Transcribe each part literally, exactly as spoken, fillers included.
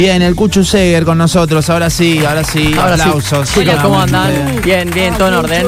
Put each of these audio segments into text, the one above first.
Bien, el Cuchu Seger con nosotros, ahora sí, ahora sí, ahora aplausos. Sí. Chicos, ¿cómo andan? Bien, bien, todo en orden.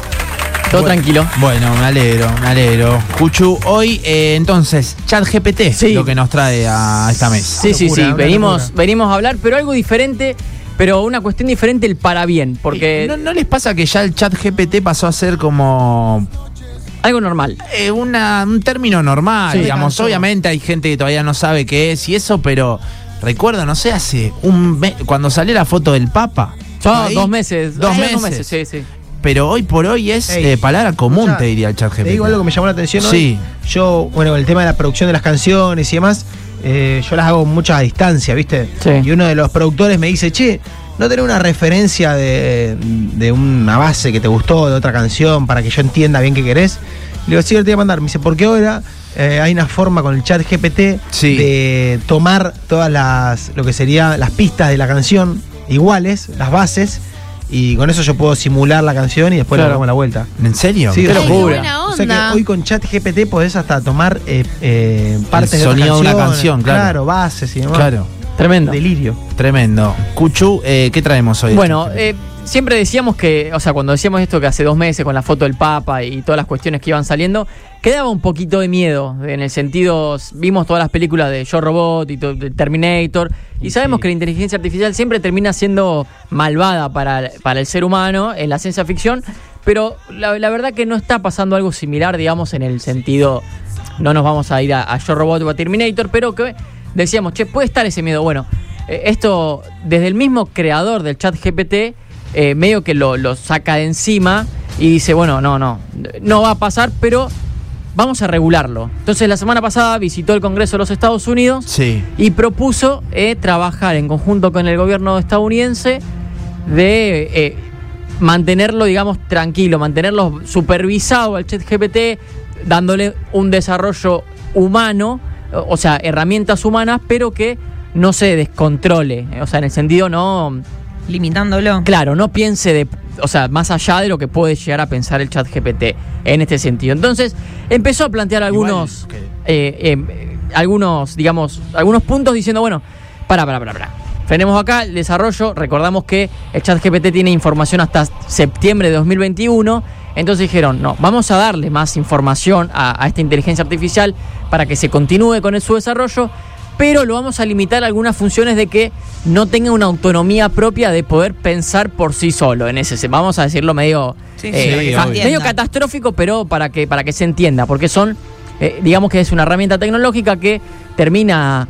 Todo bueno, tranquilo. Bueno, me alegro, me alegro. Cuchu, hoy eh, entonces, ChatGPT, sí. lo que nos trae a esta mesa. Sí, sí, locura, sí, venimos, locura. venimos a hablar, pero algo diferente, pero una cuestión diferente, el para bien, porque... ¿No, no les pasa que ya el ChatGPT pasó a ser como... algo normal? Eh, una, un término normal, sí, digamos. Obviamente hay gente que todavía no sabe qué es y eso, pero... Recuerdo, no sé, hace un mes, cuando salió la foto del Papa. Oh, dos meses. Dos meses. Dos meses, sí, sí. Pero hoy por hoy es eh, palabra común, ya, te diría el ChatGPT. Te digo algo que me llamó la atención hoy. Sí. Yo, bueno, el tema de la producción de las canciones y demás, eh, yo las hago mucho a distancia, ¿viste? Sí. Y uno de los productores me dice, che, ¿no tenés una referencia de, de una base que te gustó, de otra canción, para que yo entienda bien qué querés? Le digo, sí, te voy a mandar. Me dice, ¿por qué ahora eh, hay una forma con el ChatGPT sí. de tomar todas las, lo que serían las pistas de la canción iguales, las bases, y con eso yo puedo simular la canción y después claro. le damos la vuelta? ¿En serio? Sí, qué locura. O sea que hoy con ChatGPT podés hasta tomar eh, eh, partes el de sonido otra de una canción, claro. Claro, bases y demás. Claro. Tremendo. Delirio. Tremendo. Cuchu, eh, ¿qué traemos hoy? Bueno, eh, siempre decíamos que, o sea, cuando decíamos esto que hace dos meses con la foto del Papa y todas las cuestiones que iban saliendo, quedaba un poquito de miedo, en el sentido, vimos todas las películas de Yo Robot y de Terminator, y sabemos sí. que la inteligencia artificial siempre termina siendo malvada para, para el ser humano en la ciencia ficción, pero la, la verdad que no está pasando algo similar, digamos, en el sentido, no nos vamos a ir a, a Yo Robot o a Terminator, pero que decíamos, che, puede estar ese miedo. Bueno, eh, esto desde el mismo creador del ChatGPT, eh, medio que lo, lo saca de encima y dice, bueno, no, no, no va a pasar, pero vamos a regularlo. Entonces la semana pasada visitó el Congreso de los Estados Unidos sí. y propuso eh, trabajar en conjunto con el gobierno estadounidense de eh, mantenerlo, digamos, tranquilo, mantenerlo supervisado al ChatGPT, dándole un desarrollo humano, o sea, herramientas humanas, pero que no se descontrole, o sea, en el sentido no... limitándolo. Claro, no piense de, o sea, más allá de lo que puede llegar a pensar el ChatGPT en este sentido. Entonces, empezó a plantear algunos, Igual, eh, eh, algunos, digamos, algunos puntos diciendo, bueno, para, para, para, para. Frenemos acá el desarrollo. Recordamos que el ChatGPT tiene información hasta septiembre de dos mil veintiuno. Entonces dijeron, no, vamos a darle más información a, a esta inteligencia artificial para que se continúe con el, su desarrollo, pero lo vamos a limitar a algunas funciones de que no tenga una autonomía propia de poder pensar por sí solo. En ese, vamos a decirlo medio, sí, eh, sí, fa- medio catastrófico, pero para que, para que se entienda, porque son, eh, digamos que es una herramienta tecnológica que termina...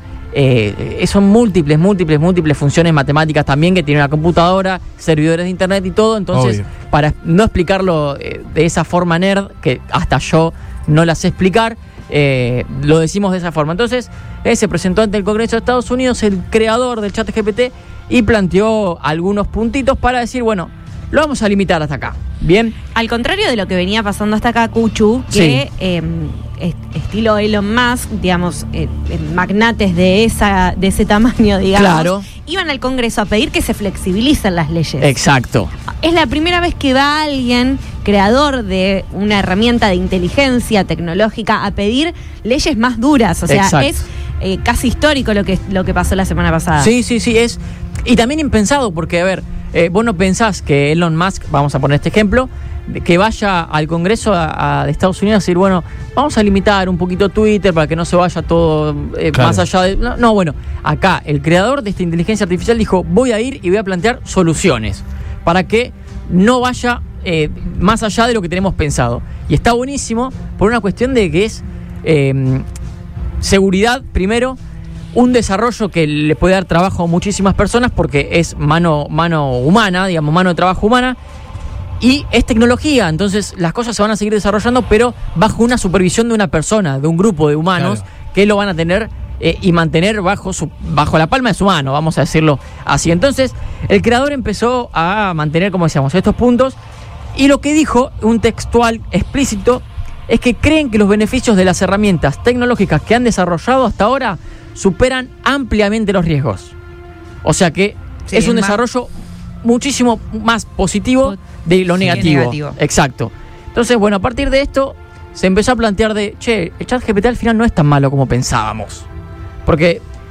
Eh, son múltiples, múltiples, múltiples funciones matemáticas también que tiene una computadora, servidores de internet y todo. Entonces, obvio, para no explicarlo eh, de esa forma nerd, que hasta yo no la sé explicar, eh, lo decimos de esa forma. Entonces, eh, se presentó ante el Congreso de Estados Unidos el creador del ChatGPT y planteó algunos puntitos para decir, bueno, lo vamos a limitar hasta acá. Bien. Al contrario de lo que venía pasando hasta acá, Cuchu, que Sí. eh, est- estilo Elon Musk, digamos, eh, eh, magnates de esa de ese tamaño, digamos, Claro. iban al Congreso a pedir que se flexibilicen las leyes. Exacto. Es la primera vez que va alguien, creador de una herramienta de inteligencia tecnológica, a pedir leyes más duras. O sea, Exacto. es eh, casi histórico lo que, lo que pasó la semana pasada. Sí, sí, sí, es. Y también impensado, porque, a ver, eh, vos no pensás que Elon Musk, vamos a poner este ejemplo, de que vaya al Congreso a, a de Estados Unidos a decir, bueno, vamos a limitar un poquito Twitter para que no se vaya todo eh, Claro. más allá de... No, no, bueno, acá el creador de esta inteligencia artificial dijo, voy a ir y voy a plantear soluciones para que no vaya eh, más allá de lo que tenemos pensado. Y está buenísimo por una cuestión de que es eh, seguridad, primero, un desarrollo que le puede dar trabajo a muchísimas personas porque es mano, mano humana, digamos, mano de trabajo humana, y es tecnología, entonces las cosas se van a seguir desarrollando, pero bajo una supervisión de una persona, de un grupo de humanos, Claro. que lo van a tener eh, y mantener bajo, su, bajo la palma de su mano, vamos a decirlo así. Entonces, el creador empezó a mantener, como decíamos, estos puntos, y lo que dijo, un textual explícito, es que creen que los beneficios de las herramientas tecnológicas que han desarrollado hasta ahora superan ampliamente los riesgos. O sea que Sí, es un es más- desarrollo muchísimo más positivo de lo Sí, negativo. negativo. Exacto. Entonces, bueno, a partir de esto se empezó a plantear de, che, el ChatGPT al final no es tan malo como pensábamos. Porque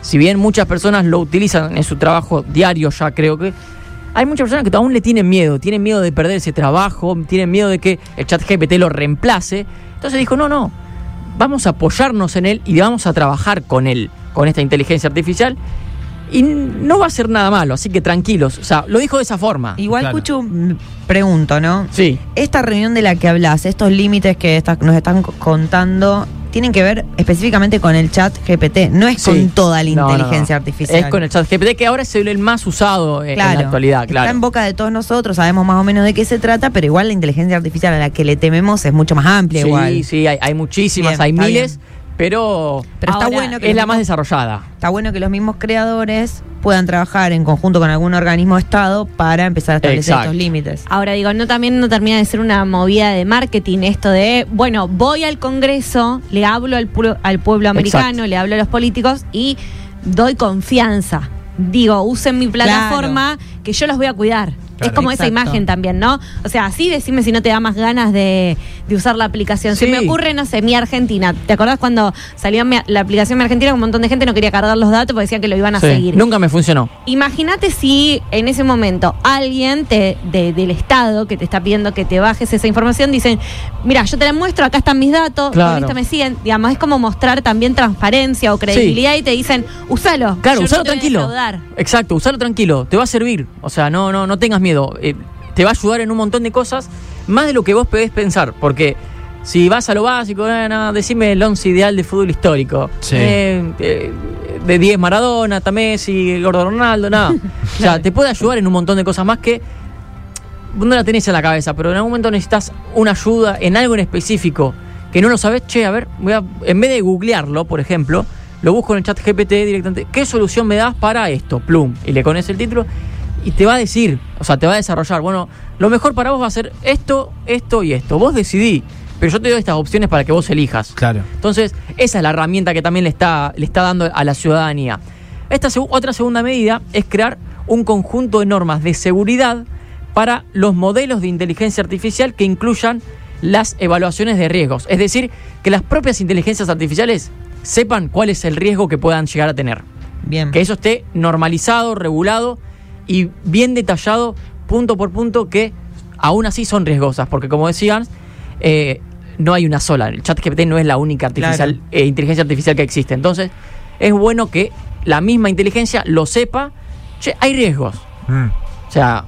si bien muchas personas lo utilizan en su trabajo diario ya creo que, hay muchas personas que aún le tienen miedo, tienen miedo de perder ese trabajo, tienen miedo de que el ChatGPT lo reemplace. Entonces dijo, no, no, vamos a apoyarnos en él y vamos a trabajar con él, con esta inteligencia artificial. Y no va a ser nada malo, así que tranquilos. O sea, lo dijo de esa forma. Igual, Claro. Cuchu, pregunto, ¿no? Sí. Esta reunión de la que hablas, estos límites que esta- nos están co- contando, tienen que ver específicamente con el chat G P T, no es Sí. con toda la No, no, no. inteligencia artificial. Es con el ChatGPT, que ahora es el más usado en, en Claro, la actualidad, claro. está en boca de todos nosotros, sabemos más o menos de qué se trata, pero igual la inteligencia artificial a la que le tememos es mucho más amplia Sí, igual. sí, hay, hay muchísimas, Bien, hay está miles, pero, Pero está Ahora, bueno que es los la más mismos- desarrollada. Está bueno que los mismos creadores puedan trabajar en conjunto con algún organismo de Estado para empezar a establecer Exacto. estos límites. Ahora digo, no también no termina de ser una movida de marketing esto de, bueno, voy al Congreso, le hablo al, pu- al pueblo americano, Exacto. le hablo a los políticos y doy confianza. Digo, usen mi plataforma que yo los voy a cuidar. Claro. Es como esa Exacto. imagen también, ¿no? O sea, así decime si no te da más ganas de, de usar la aplicación. Se Sí. me ocurre, no sé, Mi Argentina. ¿Te acordás cuando salió mi- la aplicación Mi Argentina? Un montón de gente no quería cargar los datos porque decía que lo iban a Sí, seguir. nunca me funcionó. Imagínate si en ese momento alguien te, de- del Estado que te está pidiendo que te bajes esa información, dicen, mira, yo te la muestro, acá están mis datos, Claro. con esto me siguen. Digamos, es como mostrar también transparencia o credibilidad y te dicen, usalo. Claro, yo usalo no te voy a tranquilo. defraudar. Exacto, usalo tranquilo, te va a servir. O sea, no, no, no tengas miedo. Eh, te va a ayudar en un montón de cosas, más de lo que vos podés pensar. Porque si vas a lo básico, eh, no, decime el once ideal de fútbol histórico. Sí. Eh, eh, de diez Maradona, Messi, Gordo Ronaldo, nada. O sea, te puede ayudar en un montón de cosas más que vos no la tenés en la cabeza, pero en algún momento necesitas una ayuda en algo en específico que no lo sabés. Che, a ver, voy a, en vez de googlearlo, por ejemplo, lo busco en el chat G P T directamente. ¿Qué solución me das para esto? Plum. Y le pones el título y te va a decir, o sea, te va a desarrollar. Bueno, lo mejor para vos va a ser esto, esto y esto. Vos decidí, pero yo te doy estas opciones para que vos elijas. Claro. Entonces, esa es la herramienta que también le está, le está dando a la ciudadanía. Esta seg- otra segunda medida es crear un conjunto de normas de seguridad para los modelos de inteligencia artificial que incluyan las evaluaciones de riesgos. Es decir, que las propias inteligencias artificiales sepan cuál es el riesgo que puedan llegar a tener. Bien. Que eso esté normalizado, regulado y bien detallado punto por punto, que aún así son riesgosas, porque como decían, eh, no hay una sola. El ChatGPT no es la única artificial, Claro. eh, inteligencia artificial que existe. Entonces, es bueno que la misma inteligencia lo sepa. Che, hay riesgos. Mm. O sea,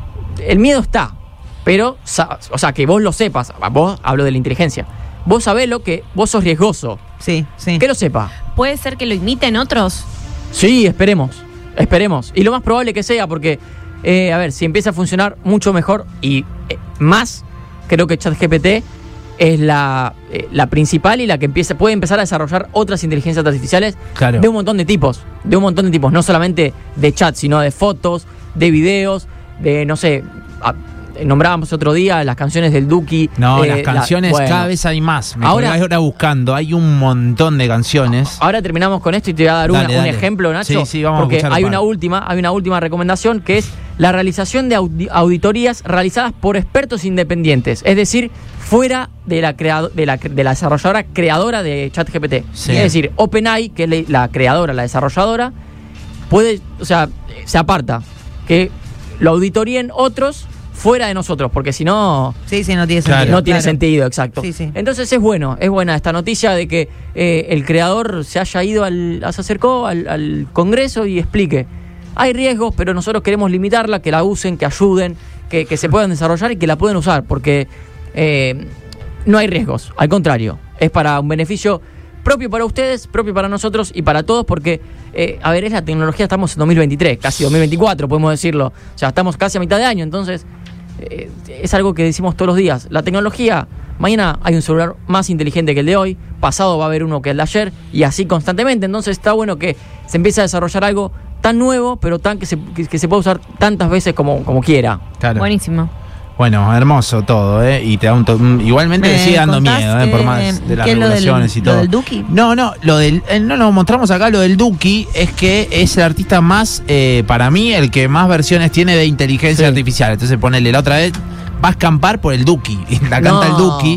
el miedo está, pero, sa- o sea, que vos lo sepas. Vos, hablo de la inteligencia. Vos sabés lo que vos sos riesgoso. Sí, sí. Que lo sepa. ¿Puede ser que lo imiten otros? Sí, esperemos, esperemos. Y lo más probable que sea, porque, eh, a ver, si empieza a funcionar mucho mejor y eh, más, creo que ChatGPT es la, eh, la principal y la que empieza, puede empezar a desarrollar otras inteligencias artificiales Claro. de un montón de tipos, de un montón de tipos, no solamente de chat, sino de fotos, de videos, de, no sé, a- nombrábamos otro día las canciones del Duki. No, eh, las canciones la- bueno. cada vez hay más. Me Ahora- ahora, ahora buscando, hay un montón de canciones. Ahora terminamos con esto y te voy a dar una- Dale, un dale. ejemplo, Nacho. Sí, sí, vamos a porque escuchar hay un una par. última, hay una última recomendación, que es la realización de audi- auditorías realizadas por expertos independientes, es decir, fuera de la creado- de la, de la desarrolladora creadora de ChatGPT. Sí. Es decir, OpenAI, que es la, la creadora, la desarrolladora, puede, o sea, se aparta, que lo auditoríen otros fuera de nosotros, porque si no Sí, sí, no tiene Claro. sentido. no tiene Claro. sentido, exacto. Sí, sí. Entonces es bueno, es buena esta noticia de que eh, el creador se haya ido, al, se acercó al, al Congreso y explique. Hay riesgos, pero nosotros queremos limitarla, que la usen, que ayuden, que, que se puedan desarrollar y que la pueden usar, porque eh, no hay riesgos, al contrario, es para un beneficio propio para ustedes, propio para nosotros y para todos, porque, eh, a ver, es la tecnología, estamos en dos mil veintitrés, casi dos mil veinticuatro, podemos decirlo, o sea, estamos casi a mitad de año, entonces eh, es algo que decimos todos los días. La tecnología, mañana hay un celular más inteligente que el de hoy, pasado va a haber uno que el de ayer, y así constantemente. Entonces está bueno que se empiece a desarrollar algo tan nuevo, pero tan que se, que, que se pueda usar tantas veces como, como quiera. Claro. Buenísimo. Bueno, hermoso todo, ¿eh? Y te da un to- mm, igualmente ¿Me le sigue dando contás, miedo, ¿eh? Por eh, más de las qué es lo del- regulaciones y lo todo. del Duki? No, no, lo del, eh, no lo mostramos acá, lo del Duki es que es el artista más, eh, para mí, el que más versiones tiene de inteligencia Sí. artificial. Entonces ponele la otra vez, va a escampar por el Duki. Y la canta No. el Duki.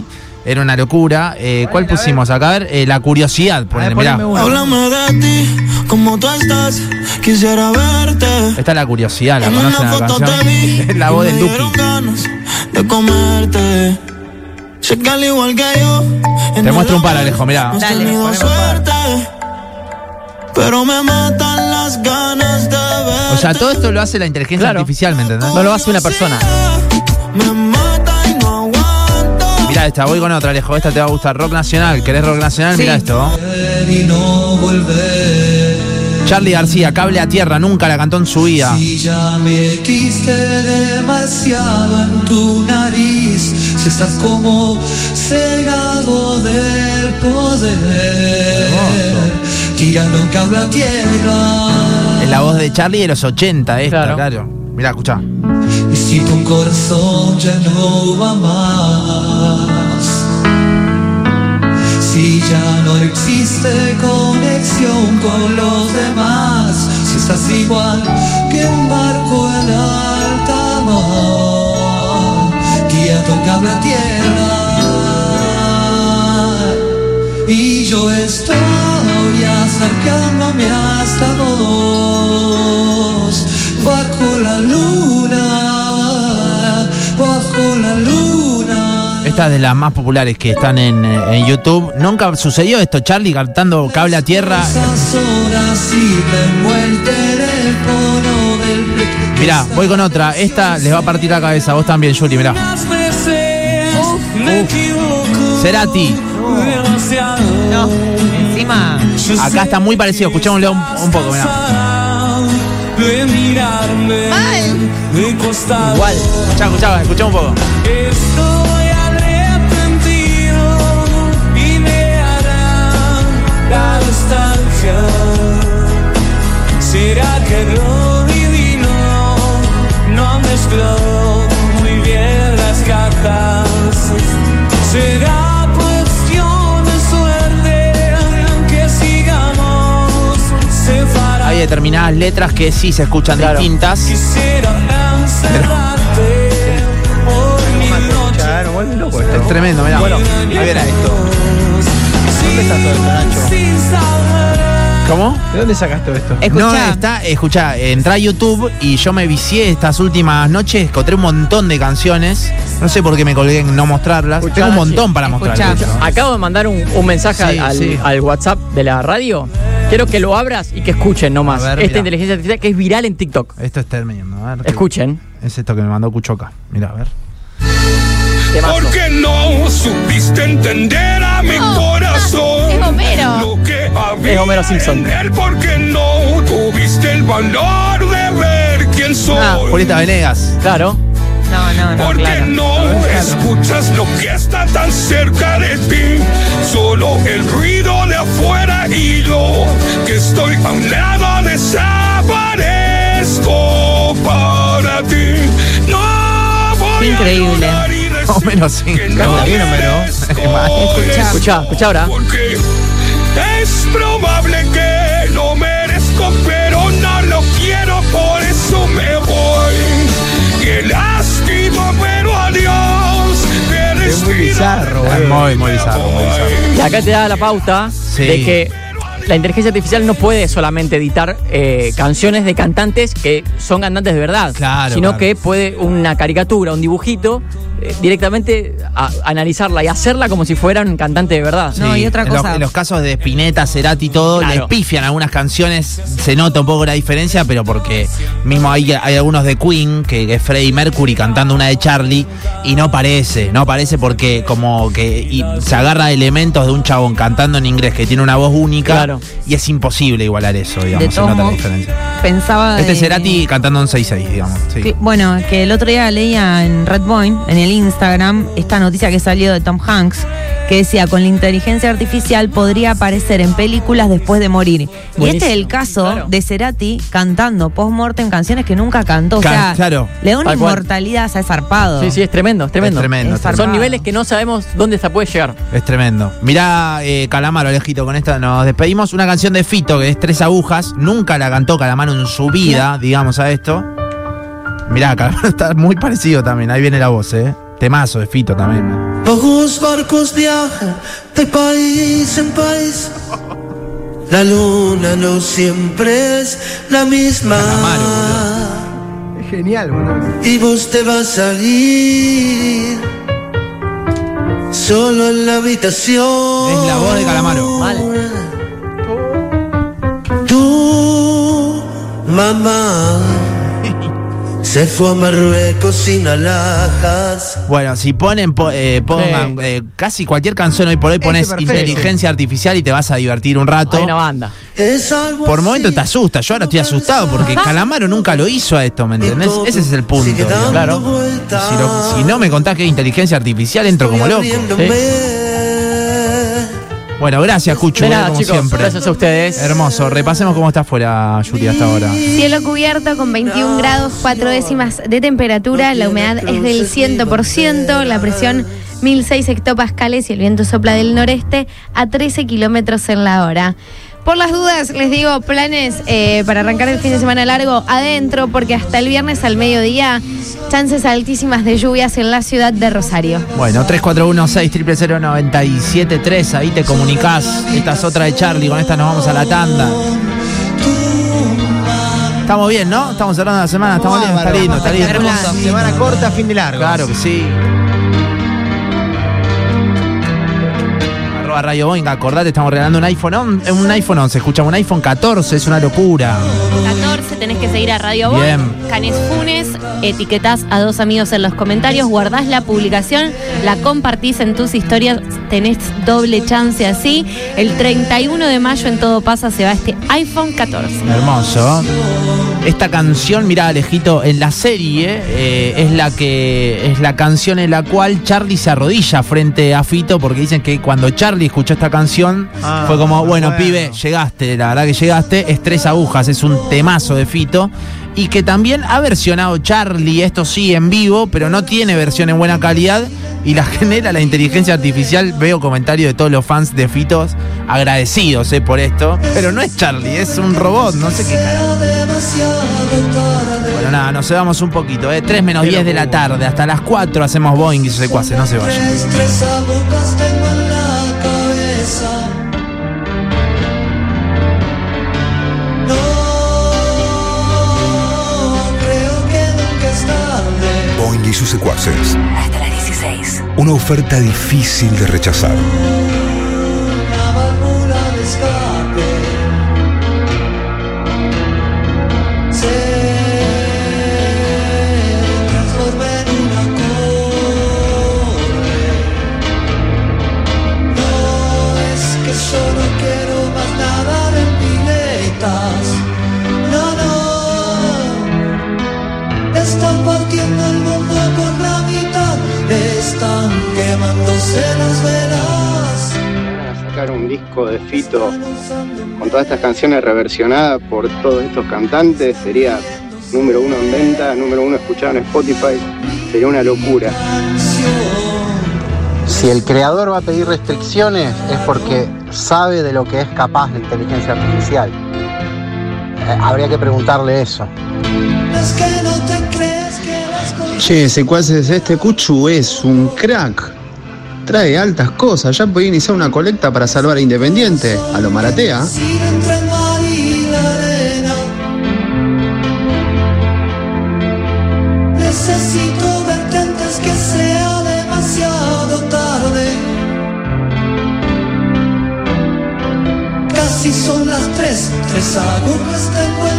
Era una locura. Eh, ¿Cuál pusimos acá? A ver, eh, La Curiosidad. Ponele, mirá. Háblame de ti, cómo tú estás, quisiera verte. Esta es La Curiosidad, la En conocen una la foto canción. te vi Es la y voz me del dieron Duki. ganas de comerte. Sé que al igual que yo, en Te muestro un par, el Alejo, mirá. no has Dale, tenido poneme un suerte, pero me matan las ganas de ver. O sea, todo esto lo hace la inteligencia Claro. artificial, ¿me entendés? No lo hace una persona. Me mata y no aguanto. Mirá esta, voy con otra, Alejo. Esta te va a gustar. Rock nacional. ¿Querés rock nacional? Sí. Mirá esto. y no volver. Charly García, Cable a Tierra. Nunca la cantó en su vida. Si ya me quiste demasiado en tu nariz, si estás como cegado del poder, tirando un cable a tierra. Es la voz de Charly de los ochenta, esta, claro. Claro. Mirá, escuchá. Y si tu corazón ya no va más, si ya no existe conexión con los demás, si estás igual que un barco en alta mar, guiando un cable a tierra. Y yo estoy acercándome hasta vos, bajo la luna, bajo la luna. Esta es de las más populares que están en, eh, en YouTube. Nunca sucedió esto, Charly cantando Cable a Tierra. Esas horas y tengo el teléfono del que Mirá, voy con otra. Esta les va a partir la cabeza. Vos también, Juli, mirá. Cerati. No, encima. Acá está muy parecido. Escuchémoslo un, un poco, mirá. Igual. Escuchá, escuchá, escuchá un poco. Estoy arrepentido y me hará la nostalgia. ¿Será que lo divino no mezcló muy bien las cartas? ¿Será cuestión de suerte que sigamos separados? Hay determinadas letras que sí se escuchan Claro. distintas. Quisiera encerrarte por mi noche. Claro, vuelve loco esto. Es tremendo, mirá. Bueno, ahí viene esto. ¿Dónde está todo esto, Nacho? Sin saber. ¿Cómo? ¿De dónde sacas todo esto? Escuchá. No, está, escuchá, entré a YouTube y yo me vicié estas últimas noches, encontré un montón de canciones. No sé por qué me colgué en no mostrarlas. Escuchá, Tengo un montón para mostrar. escuchá. de hecho. Acabo de mandar un, un mensaje Sí, al, sí. al WhatsApp de la radio. Quiero que lo abras y que escuchen nomás. A ver, Esta mirá. inteligencia artificial que es viral en TikTok. Esto es tremendo. A ver, ¿qué- Escuchen. Es esto que me mandó Cuchoca. Mira, a ver. Temazo. Porque no supiste entender a mi corazón. es Homero. Lo que había Es Homero Simpson. en él, porque no tuviste el valor de ver quién soy. Ah, Julieta Venegas. Claro. No, no, no, Porque claro. no escuchas lo que está tan cerca de ti. Solo el ruido de afuera y yo, que estoy a un lado, desaparezco para ti. No voy Increíble. a llorar y decir Más o menos sí. que no Canta bien, Homero. merezco Escuchá. Escuchá, escuchá ahora. porque es probable que lo merezco, pero no lo quiero, por eso me voy. Qué lástima, pero adiós. Me Es muy despido bizarro, de Es güey. muy, muy bizarro, muy bizarro. Y acá te da la pauta Sí. de que la inteligencia artificial no puede solamente editar eh, canciones de cantantes que son cantantes de verdad, Claro, sino claro. que puede una caricatura, un dibujito, eh, directamente a- analizarla y hacerla como si fuera un cantante de verdad. No, y otra en los- cosa. En los, casos de Spinetta, Cerati y todo, Claro. les pifian algunas canciones, se nota un poco la diferencia, pero porque mismo hay, hay algunos de Queen, que, que es Freddie Mercury cantando una de Charlie, y no parece, no parece porque como que y se agarra elementos de un chabón cantando en inglés que tiene una voz única, Claro. y es imposible igualar eso, digamos, De se todos nota la modos, diferencia. pensaba. Este de- es Cerati cantando en seis seis, digamos. Sí. que- bueno, que el otro día leía en Red Point, en el Instagram, esta noticia que salió de Tom Hanks, que decía, con la inteligencia artificial podría aparecer en películas después de morir. Y Buenísimo. este es el caso Claro. de Cerati cantando post-mortem canciones que nunca cantó. O Ca- sea, claro. le da una Tal cual. inmortalidad, se ha zarpado. Sí, sí, es tremendo, es tremendo. Es tremendo, Es tremendo. Son niveles que no sabemos dónde se puede llegar. Es tremendo. Mirá, eh, Calamaro, Alejito, con esta nos despedimos. Una canción de Fito que es Tres Agujas. Nunca la cantó Calamaro en su vida, digamos, a esto. Mirá, Calamaro está muy parecido también. Ahí viene la voz, ¿eh? Temazo de Fito también. Pocos barcos viajan de país en país. La luna no siempre es la misma. Es genial, boludo. Y vos te vas a salir solo en la habitación. Es la voz de Calamaro. Mal. Tu mamá se fue a Marruecos sin alhajas. Bueno, si ponen, po- eh, pongan Sí. eh, casi cualquier canción hoy por hoy, pones perfecto. inteligencia artificial y te vas a divertir un rato. Hay una banda. Es algo Por momentos así. te asusta, yo ahora estoy asustado porque Calamaro nunca lo hizo a esto, ¿me entendés? Ese es el punto. Sigue dando Claro. vueltas. Si, lo- si no me contás que es inteligencia artificial, entro como loco. Abriéndome. Bueno, gracias, Cuchu, De eh, nada, como chicos. siempre. Gracias a ustedes. Hermoso. Repasemos cómo está afuera, Yuri, hasta ahora. Cielo cubierto con veintiún grados, cuatro décimas de temperatura, la humedad es del cien por ciento, la presión mil seis hectopascales y el viento sopla del noreste a trece kilómetros en la hora. Por las dudas, les digo, planes eh, para arrancar el fin de semana largo adentro, porque hasta el viernes al mediodía, chances altísimas de lluvias en la ciudad de Rosario. Bueno, tres cuatro uno seis cero cero cero nueve siete tres, ahí te comunicás. Esta es otra de Charlie, con esta nos vamos a la tanda. Estamos bien, ¿no? Estamos cerrando la semana, estamos bien, está lindo, está lindo. Hermoso. Semana corta, fin de largo. Claro que sí. Arroba Radio Boeing, acordate, estamos regalando un iPhone once, un iPhone once, escuchamos un iPhone catorce, es una locura. catorce, tenés que seguir a Radio Boy, Bien. Canes Funes, etiquetás a dos amigos en los comentarios, guardás la publicación, la compartís en tus historias, tenés doble chance así. El treinta y uno de mayo en Todo Pasa se va este iPhone catorce. Hermoso. Esta canción, mirá, Alejito, en la serie eh, es la que es la canción en la cual Charlie se arrodilla frente a Fito, porque dicen que cuando Charlie escuchó esta canción Ah, fue como, bueno, bueno. pibe, llegaste, la verdad que llegaste, es Tres Agujas, es un temazo de Fito, y que también ha versionado Charlie, esto sí, en vivo, pero no tiene versión en buena calidad, y la genera la inteligencia artificial. Veo comentarios de todos los fans de Fitos agradecidos eh, por esto, pero no es Charlie, es un robot, no sé qué carajo. Bueno, nada, nos cebamos un poquito, ¿eh? tres menos diez de la tarde, hasta las cuatro hacemos Boeing y sus secuaces, no se vayan. Tres, tres agujas tengo en la cabeza. No, creo que nunca es tarde. Boeing y sus secuaces. Hasta las dieciséis. Una oferta difícil de rechazar. Una válvula de escape. Se transforma en una corre. No es que solo quiero más nadar en piletas. No, no. Están partiendo el mundo por la mitad. Están quemándose las velas. A sacar un disco de Fito con todas estas canciones reversionadas por todos estos cantantes sería número uno en venta, número uno escuchado en Spotify, sería una locura. Si el creador va a pedir restricciones es porque sabe de lo que es capaz la inteligencia artificial. Eh, habría que preguntarle eso. Es que no te crees que las cosas Che, secuaces, este Cuchu es un crack. Trae altas cosas. Ya podía iniciar una colecta para salvar a Independiente. A lo Maratea. siguen entre el mar y la arena. Necesito verte antes que sea demasiado tarde. Casi son las tres, tres agujas tengo en